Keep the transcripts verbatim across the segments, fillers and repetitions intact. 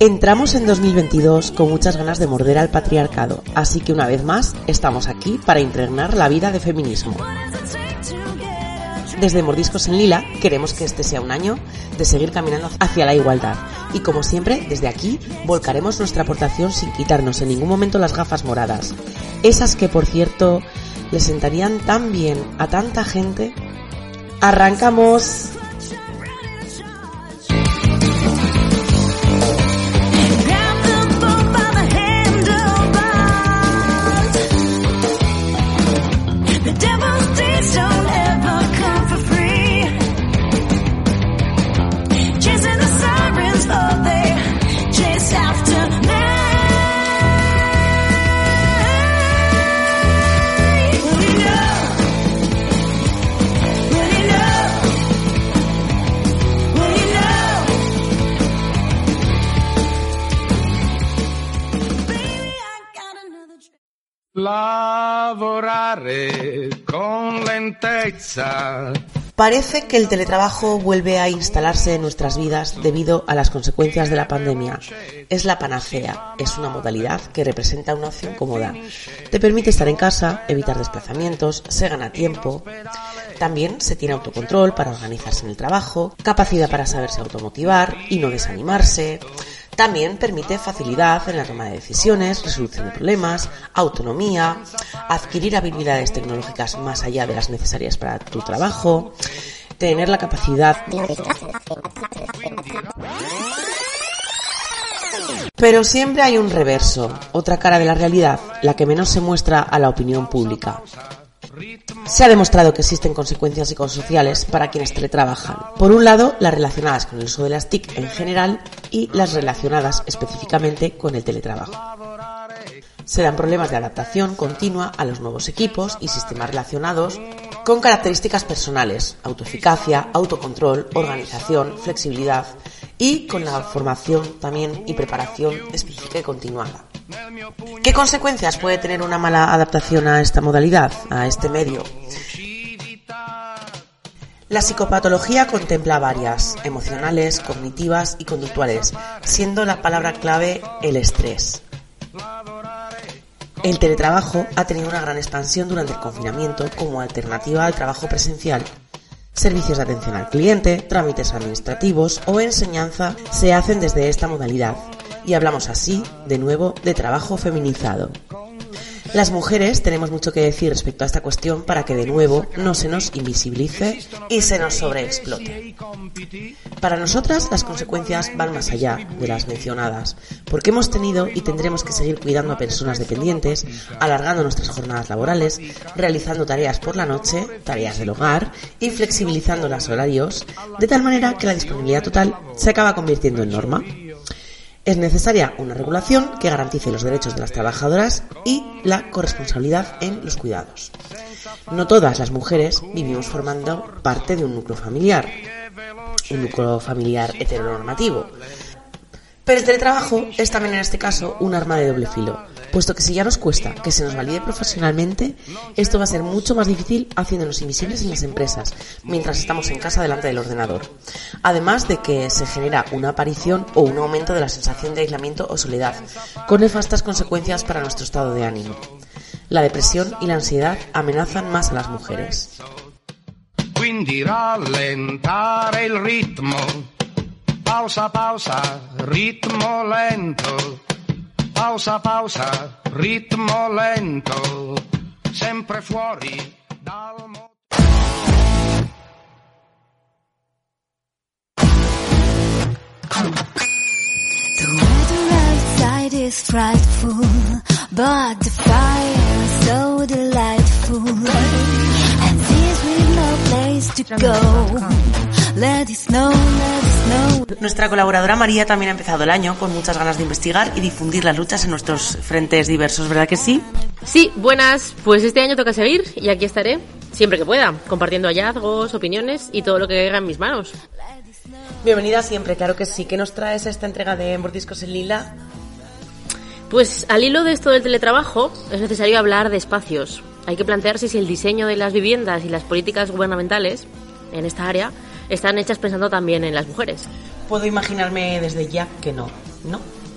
Entramos en dos mil veintidós con muchas ganas de morder al patriarcado, así que una vez más estamos aquí para impregnar la vida de feminismo. Desde Mordiscos en Lila queremos que este sea un año de seguir caminando hacia la igualdad y, como siempre, desde aquí volcaremos nuestra aportación sin quitarnos en ningún momento las gafas moradas, esas que, por cierto, le sentarían tan bien a tanta gente. ¡Arrancamos! Lavorare con lentezza. Parece que el teletrabajo vuelve a instalarse en nuestras vidas debido a las consecuencias de la pandemia. Es la panacea, es una modalidad que representa una opción cómoda. Te permite estar en casa, evitar desplazamientos, se gana tiempo. También se tiene autocontrol para organizarse en el trabajo, capacidad para saberse automotivar y no desanimarse. También permite facilidad en la toma de decisiones, resolución de problemas, autonomía, adquirir habilidades tecnológicas más allá de las necesarias para tu trabajo, tener la capacidad... Pero siempre hay un reverso, otra cara de la realidad, la que menos se muestra a la opinión pública. Se ha demostrado que existen consecuencias psicosociales para quienes teletrabajan. Por un lado, las relacionadas con el uso de las T I C en general y las relacionadas específicamente con el teletrabajo. Se dan problemas de adaptación continua a los nuevos equipos y sistemas relacionados con características personales, autoeficacia, autocontrol, organización, flexibilidad y con la formación también y preparación específica y continuada. ¿Qué consecuencias puede tener una mala adaptación a esta modalidad, a este medio? La psicopatología contempla varias, emocionales, cognitivas y conductuales, siendo la palabra clave el estrés. El teletrabajo ha tenido una gran expansión durante el confinamiento como alternativa al trabajo presencial. Servicios de atención al cliente, trámites administrativos o enseñanza se hacen desde esta modalidad. Y hablamos así, de nuevo, de trabajo feminizado. Las mujeres tenemos mucho que decir respecto a esta cuestión para que de nuevo no se nos invisibilice y se nos sobreexplote. Para nosotras las consecuencias van más allá de las mencionadas, porque hemos tenido y tendremos que seguir cuidando a personas dependientes, alargando nuestras jornadas laborales, realizando tareas por la noche, tareas del hogar y flexibilizando los horarios, de tal manera que la disponibilidad total se acaba convirtiendo en norma. Es necesaria una regulación que garantice los derechos de las trabajadoras y la corresponsabilidad en los cuidados. No todas las mujeres vivimos formando parte de un núcleo familiar, un núcleo familiar heteronormativo. Pero el teletrabajo es también en este caso un arma de doble filo, puesto que si ya nos cuesta que se nos valide profesionalmente, esto va a ser mucho más difícil haciéndonos invisibles en las empresas, mientras estamos en casa delante del ordenador. Además de que se genera una aparición o un aumento de la sensación de aislamiento o soledad, con nefastas consecuencias para nuestro estado de ánimo. La depresión y la ansiedad amenazan más a las mujeres. Quindi rallentare il ritmo. Pausa, pausa, ritmo lento. Pausa, pausa, ritmo lento. Sempre fuori dal mondo. The weather outside is frightful, but the fire is so delightful. And this with no place to go. Let it snow, let it snow. Nuestra colaboradora María también ha empezado el año con muchas ganas de investigar y difundir las luchas en nuestros frentes diversos, ¿verdad que sí? Sí, buenas. Pues este año toca seguir y aquí estaré, siempre que pueda, compartiendo hallazgos, opiniones y todo lo que caiga en mis manos. Bienvenida siempre, claro que sí. ¿Qué nos traes a esta entrega de Mordiscos en Lila? Pues al hilo de esto del teletrabajo es necesario hablar de espacios. Hay que plantearse si el diseño de las viviendas y las políticas gubernamentales en esta área están hechas pensando también en las mujeres. Puedo imaginarme desde ya que no. ¿no?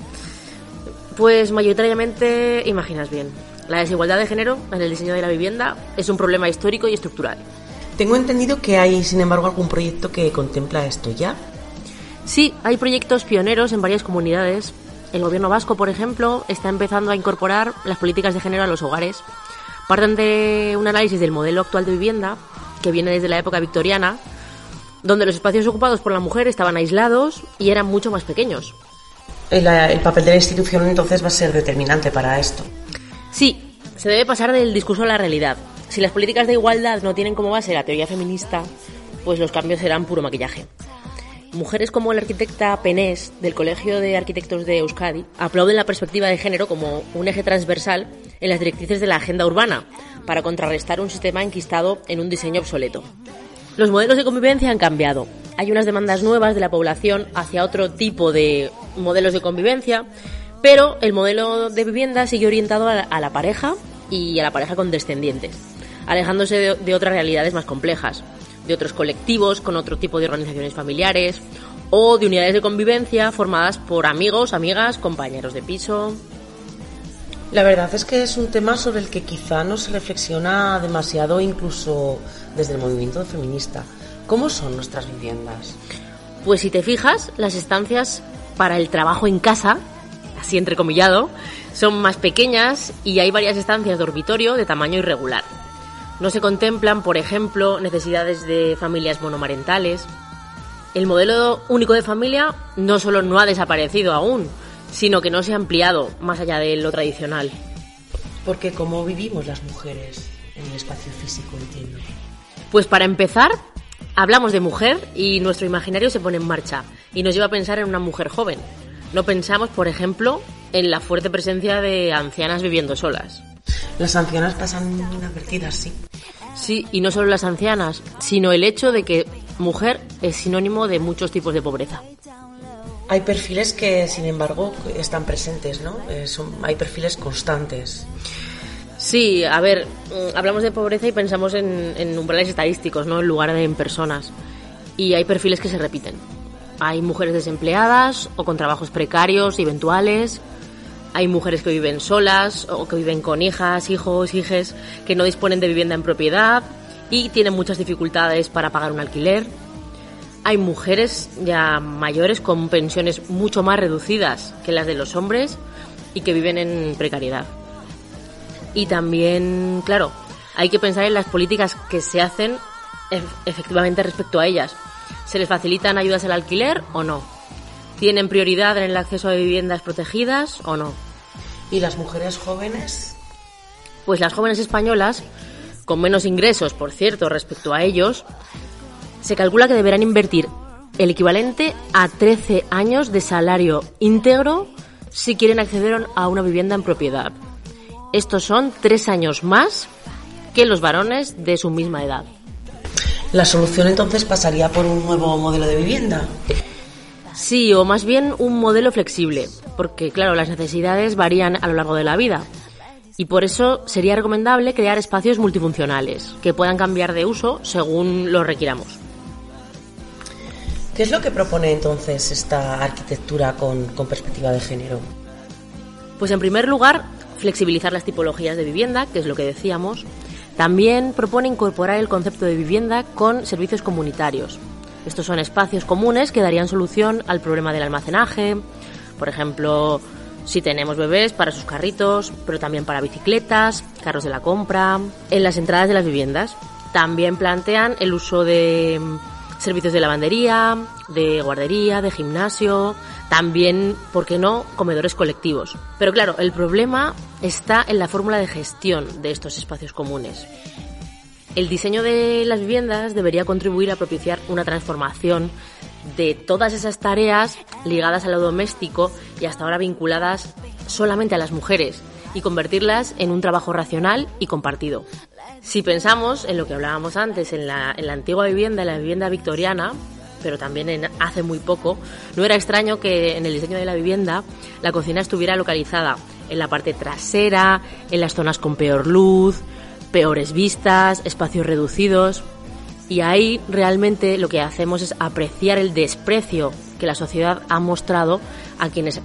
Pues mayoritariamente, imaginas bien, la desigualdad de género en el diseño de la vivienda es un problema histórico y estructural. Tengo entendido que hay, sin embargo, algún proyecto que contempla esto ya. Sí, hay proyectos pioneros en varias comunidades. El gobierno vasco, por ejemplo, está empezando a incorporar las políticas de género a los hogares. Parten de un análisis del modelo actual de vivienda, que viene desde la época victoriana, donde los espacios ocupados por la mujer estaban aislados y eran mucho más pequeños. El, el papel de la institución entonces va a ser determinante para esto. Sí, se debe pasar del discurso a la realidad. Si las políticas de igualdad no tienen como base la teoría feminista, pues los cambios serán puro maquillaje. Mujeres como la arquitecta Penés, del Colegio de Arquitectos de Euskadi, aplauden la perspectiva de género como un eje transversal en las directrices de la agenda urbana, para contrarrestar un sistema enquistado en un diseño obsoleto. Los modelos de convivencia han cambiado. Hay unas demandas nuevas de la población hacia otro tipo de modelos de convivencia, pero el modelo de vivienda sigue orientado a la, a la pareja y a la pareja con descendientes, alejándose de, de otras realidades más complejas, de otros colectivos con otro tipo de organizaciones familiares o de unidades de convivencia formadas por amigos, amigas, compañeros de piso. La verdad es que es un tema sobre el que quizá no se reflexiona demasiado, incluso desde el movimiento feminista. ¿Cómo son nuestras viviendas? Pues si te fijas, las estancias para el trabajo en casa, así entrecomillado, son más pequeñas y hay varias estancias dormitorio de tamaño irregular. No se contemplan, por ejemplo, necesidades de familias monomarentales. El modelo único de familia no solo no ha desaparecido aún, sino que no se ha ampliado más allá de lo tradicional. Porque ¿cómo vivimos las mujeres en el espacio físico, entiendo? Pues para empezar, hablamos de mujer y nuestro imaginario se pone en marcha y nos lleva a pensar en una mujer joven. No pensamos, por ejemplo, en la fuerte presencia de ancianas viviendo solas. Las ancianas pasan inadvertidas, sí. Sí, y no solo las ancianas, sino el hecho de que mujer es sinónimo de muchos tipos de pobreza. Hay perfiles que, sin embargo, están presentes, ¿no? Eh, son, hay perfiles constantes. Sí, a ver, hablamos de pobreza y pensamos en, en umbrales estadísticos, ¿no? En lugar de en personas. Y hay perfiles que se repiten. Hay mujeres desempleadas o con trabajos precarios y eventuales. Hay mujeres que viven solas o que viven con hijas, hijos, hijes, que no disponen de vivienda en propiedad y tienen muchas dificultades para pagar un alquiler. Hay mujeres ya mayores con pensiones mucho más reducidas que las de los hombres y que viven en precariedad. Y también, claro, hay que pensar en las políticas que se hacen efectivamente respecto a ellas. ¿Se les facilitan ayudas al alquiler o no? ¿Tienen prioridad en el acceso a viviendas protegidas o no? ¿Y las mujeres jóvenes? Pues las jóvenes españolas, con menos ingresos, por cierto, respecto a ellos, se calcula que deberán invertir el equivalente a trece años de salario íntegro si quieren acceder a una vivienda en propiedad. Estos son tres años más que los varones de su misma edad. ¿La solución entonces pasaría por un nuevo modelo de vivienda? Sí, o más bien un modelo flexible, porque claro, las necesidades varían a lo largo de la vida. Y por eso sería recomendable crear espacios multifuncionales, que puedan cambiar de uso según lo requiramos. ¿Qué es lo que propone entonces esta arquitectura con, con perspectiva de género? Pues en primer lugar, flexibilizar las tipologías de vivienda, que es lo que decíamos. También propone incorporar el concepto de vivienda con servicios comunitarios. Estos son espacios comunes que darían solución al problema del almacenaje, por ejemplo, si tenemos bebés, para sus carritos, pero también para bicicletas, carros de la compra, en las entradas de las viviendas. También plantean el uso de servicios de lavandería, de guardería, de gimnasio, también, ¿por qué no?, comedores colectivos. Pero claro, el problema está en la fórmula de gestión de estos espacios comunes. El diseño de las viviendas debería contribuir a propiciar una transformación de todas esas tareas ligadas a lo doméstico y hasta ahora vinculadas solamente a las mujeres y convertirlas en un trabajo racional y compartido. Si pensamos en lo que hablábamos antes, en la, en la antigua vivienda, en la vivienda victoriana, pero también en hace muy poco, no era extraño que en el diseño de la vivienda la cocina estuviera localizada en la parte trasera, en las zonas con peor luz, peores vistas, espacios reducidos. Y ahí realmente lo que hacemos es apreciar el desprecio que la sociedad ha mostrado a quienes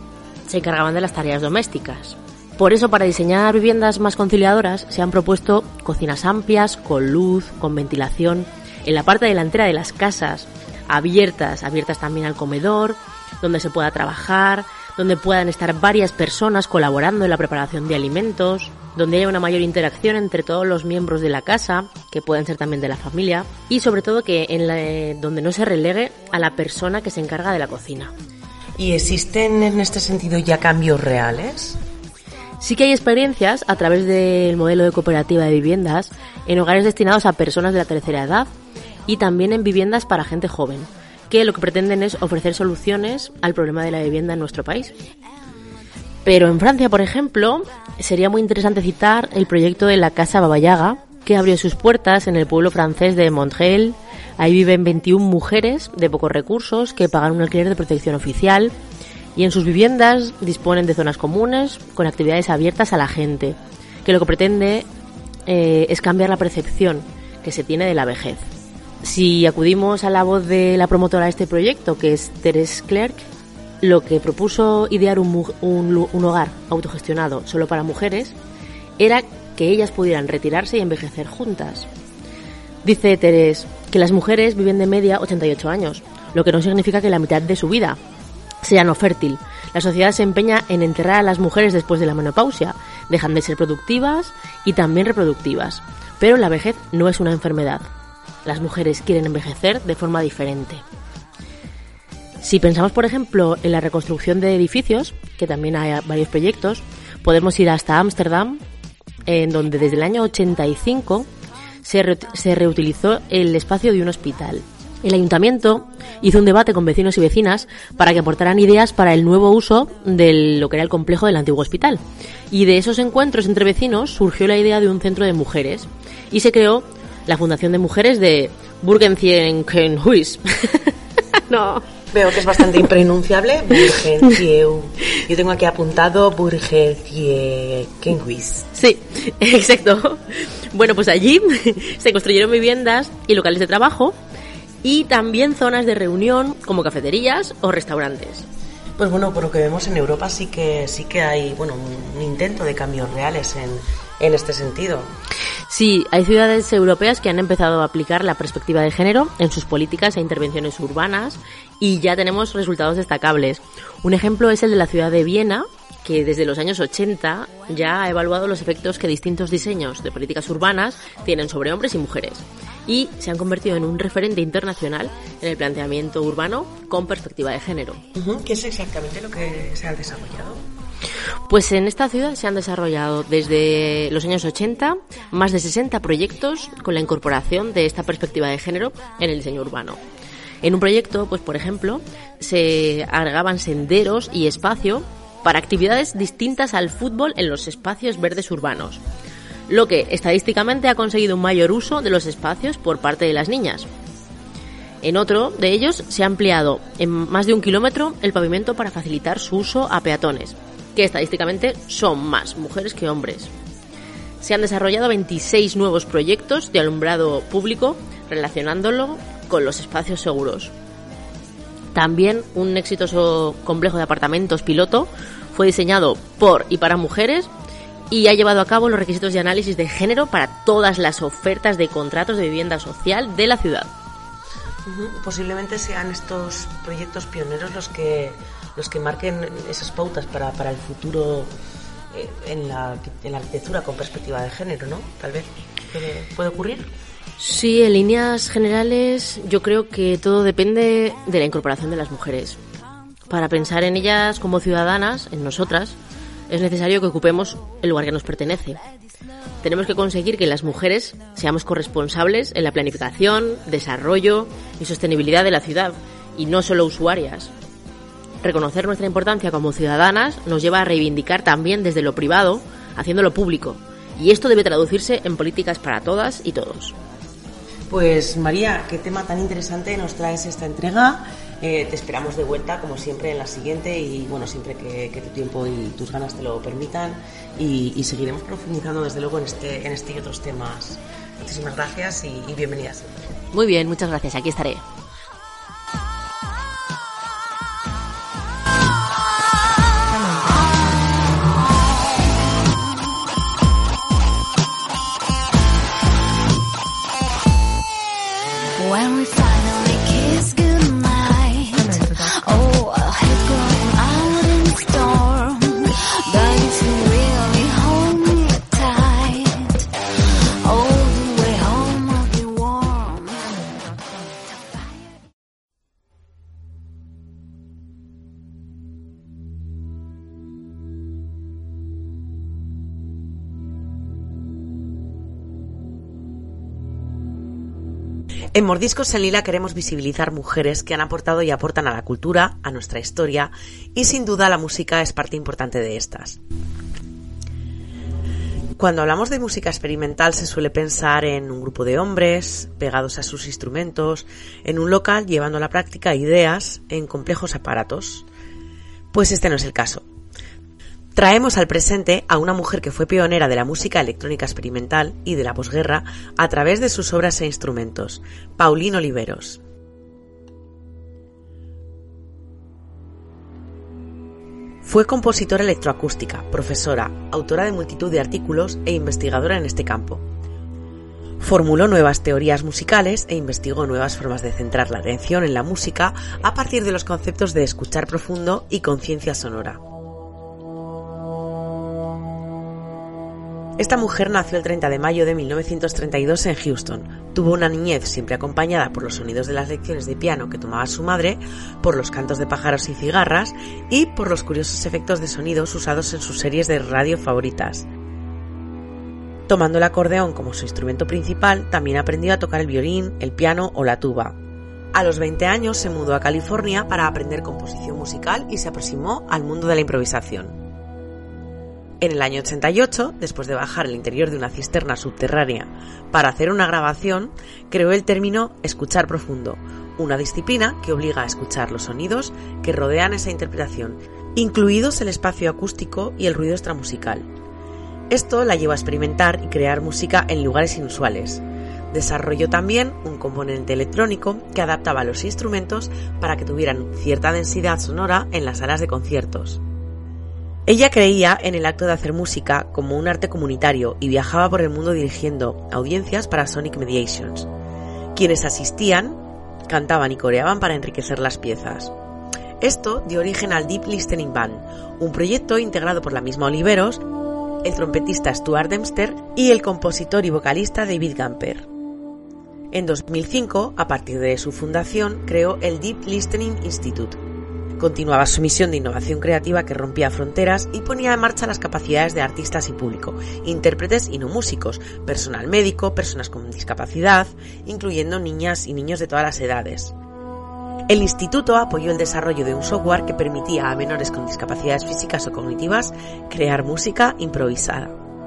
se encargaban de las tareas domésticas. Por eso, para diseñar viviendas más conciliadoras, se han propuesto cocinas amplias, con luz, con ventilación, en la parte delantera de las casas, abiertas, abiertas también al comedor, donde se pueda trabajar, donde puedan estar varias personas colaborando en la preparación de alimentos, donde haya una mayor interacción entre todos los miembros de la casa, que pueden ser también de la familia, y sobre todo que en la, eh, donde no se relegue a la persona que se encarga de la cocina. ¿Y existen en este sentido ya cambios reales? Sí que hay experiencias a través del modelo de cooperativa de viviendas en hogares destinados a personas de la tercera edad y también en viviendas para gente joven, que lo que pretenden es ofrecer soluciones al problema de la vivienda en nuestro país. Pero en Francia, por ejemplo, sería muy interesante citar el proyecto de la Casa Babayaga, que abrió sus puertas en el pueblo francés de Montreuil. Ahí viven veintiuna mujeres de pocos recursos que pagan un alquiler de protección oficial y en sus viviendas disponen de zonas comunes con actividades abiertas a la gente, que lo que pretende eh, es cambiar la percepción que se tiene de la vejez. Si acudimos a la voz de la promotora de este proyecto, que es Thérèse Clerc, lo que propuso idear un, un, un hogar autogestionado solo para mujeres era que ellas pudieran retirarse y envejecer juntas. Dice Thérèse que las mujeres viven de media ochenta y ocho años, lo que no significa que la mitad de su vida sea no fértil. La sociedad se empeña en enterrar a las mujeres después de la menopausia, dejan de ser productivas y también reproductivas. Pero la vejez no es una enfermedad. Las mujeres quieren envejecer de forma diferente. Si pensamos, por ejemplo, en la reconstrucción de edificios, que también hay varios proyectos, podemos ir hasta Ámsterdam, en donde desde el año ochenta y cinco se, re- se reutilizó el espacio de un hospital. El ayuntamiento hizo un debate con vecinos y vecinas para que aportaran ideas para el nuevo uso de lo que era el complejo del antiguo hospital. Y de esos encuentros entre vecinos surgió la idea de un centro de mujeres y se creó la Fundación de Mujeres de Burgenzienhuis. No. Veo que es bastante impronunciable. Burgenzieu. Yo tengo aquí apuntado Burgenzienhuis. Sí, exacto. Bueno, pues allí se construyeron viviendas y locales de trabajo y también zonas de reunión como cafeterías o restaurantes. Pues bueno, por lo que vemos en Europa sí que sí que hay, bueno, un intento de cambios reales en, en este sentido. Sí, hay ciudades europeas que han empezado a aplicar la perspectiva de género en sus políticas e intervenciones urbanas y ya tenemos resultados destacables. Un ejemplo es el de la ciudad de Viena, que desde los años ochenta ya ha evaluado los efectos que distintos diseños de políticas urbanas tienen sobre hombres y mujeres y se han convertido en un referente internacional en el planteamiento urbano con perspectiva de género. Uh-huh. ¿Qué es exactamente lo que se ha desarrollado? Pues en esta ciudad se han desarrollado desde los años ochenta más de sesenta proyectos con la incorporación de esta perspectiva de género en el diseño urbano. En un proyecto, pues por ejemplo, se agregaban senderos y espacio para actividades distintas al fútbol en los espacios verdes urbanos, lo que estadísticamente ha conseguido un mayor uso de los espacios por parte de las niñas. En otro de ellos se ha ampliado en más de un kilómetro el pavimento para facilitar su uso a peatones, que estadísticamente son más mujeres que hombres. Se han desarrollado veintiséis nuevos proyectos de alumbrado público relacionándolo con los espacios seguros. También un exitoso complejo de apartamentos piloto fue diseñado por y para mujeres y ha llevado a cabo los requisitos de análisis de género para todas las ofertas de contratos de vivienda social de la ciudad. Uh-huh. Posiblemente sean estos proyectos pioneros los que los que marquen esas pautas para, para el futuro eh, en, la, en la arquitectura con perspectiva de género, ¿no? Tal vez. ¿Puede, puede ocurrir? Sí, en líneas generales yo creo que todo depende de la incorporación de las mujeres. Para pensar en ellas como ciudadanas, en nosotras, es necesario que ocupemos el lugar que nos pertenece. Tenemos que conseguir que las mujeres seamos corresponsables en la planificación, desarrollo y sostenibilidad de la ciudad, y no solo usuarias. Reconocer nuestra importancia como ciudadanas nos lleva a reivindicar también desde lo privado, haciéndolo público, y esto debe traducirse en políticas para todas y todos. Pues María, qué tema tan interesante nos traes esta entrega. Eh, te esperamos de vuelta, como siempre, en la siguiente y, bueno, siempre que, que tu tiempo y tus ganas te lo permitan y, y seguiremos profundizando, desde luego, en este, en este y otros temas. Muchísimas gracias y, y bienvenidas. Muy bien, muchas gracias. Aquí estaré. When we finally kiss goodnight, oh, I hate going out in the storm, but if you really hold me tight, all the way home I'll be warm. En Mordiscos en Lila queremos visibilizar mujeres que han aportado y aportan a la cultura, a nuestra historia, y sin duda la música es parte importante de estas. Cuando hablamos de música experimental se suele pensar en un grupo de hombres pegados a sus instrumentos, en un local llevando a la práctica ideas en complejos aparatos. Pues este no es el caso. Traemos al presente a una mujer que fue pionera de la música electrónica experimental y de la posguerra a través de sus obras e instrumentos, Pauline Oliveros. Fue compositora electroacústica, profesora, autora de multitud de artículos e investigadora en este campo. Formuló nuevas teorías musicales e investigó nuevas formas de centrar la atención en la música a partir de los conceptos de escuchar profundo y conciencia sonora. Esta mujer nació el treinta de mayo de mil novecientos treinta y dos en Houston. Tuvo una niñez siempre acompañada por los sonidos de las lecciones de piano que tomaba su madre, por los cantos de pájaros y cigarras y por los curiosos efectos de sonidos usados en sus series de radio favoritas. Tomando el acordeón como su instrumento principal, también aprendió a tocar el violín, el piano o la tuba. A los veinte años se mudó a California para aprender composición musical y se aproximó al mundo de la improvisación. En el año ochenta y ocho, después de bajar al interior de una cisterna subterránea para hacer una grabación, creó el término escuchar profundo, una disciplina que obliga a escuchar los sonidos que rodean esa interpretación, incluidos el espacio acústico y el ruido extramusical. Esto la llevó a experimentar y crear música en lugares inusuales. Desarrolló también un componente electrónico que adaptaba los instrumentos para que tuvieran cierta densidad sonora en las salas de conciertos. Ella creía en el acto de hacer música como un arte comunitario y viajaba por el mundo dirigiendo audiencias para Sonic Mediations. Quienes asistían cantaban y coreaban para enriquecer las piezas. Esto dio origen al Deep Listening Band, un proyecto integrado por la misma Oliveros, el trompetista Stuart Dempster y el compositor y vocalista David Gamper. En dos mil cinco, a partir de su fundación, creó el Deep Listening Institute. Continuaba su misión de innovación creativa que rompía fronteras y ponía en marcha las capacidades de artistas y público, intérpretes y no músicos, personal médico, personas con discapacidad, incluyendo niñas y niños de todas las edades. El instituto apoyó el desarrollo de un software que permitía a menores con discapacidades físicas o cognitivas crear música improvisada.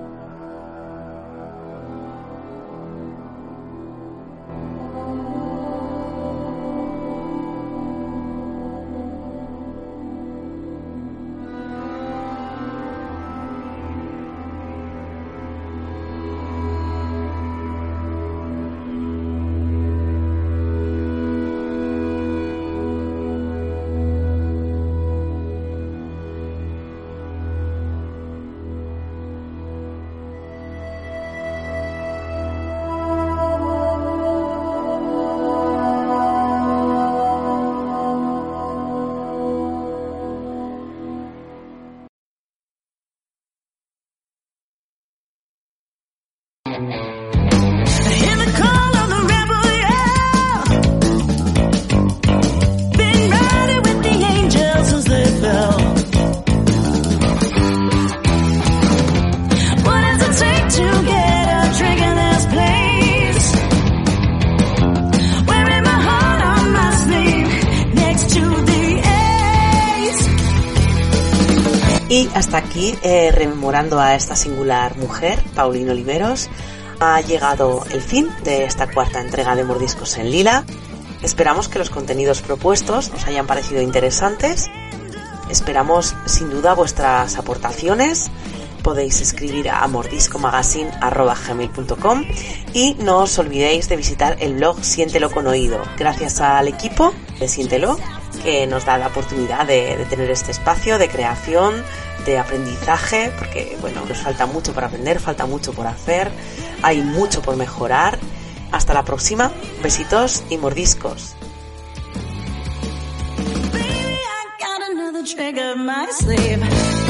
Y hasta aquí, eh, rememorando a esta singular mujer, Pauline Oliveros, ha llegado el fin de esta cuarta entrega de Mordiscos en Lila. Esperamos que los contenidos propuestos os hayan parecido interesantes. Esperamos sin duda vuestras aportaciones. Podéis escribir a mordiscomagazine arroba gmail punto com y no os olvidéis de visitar el blog Siéntelo con Oído. Gracias al equipo de Siéntelo, que nos da la oportunidad de, de tener este espacio de creación, de aprendizaje, porque bueno, nos falta mucho por aprender, falta mucho por hacer, hay mucho por mejorar. Hasta Hasta la próxima, besitos y mordiscos. Baby, I got another trick up my sleeve.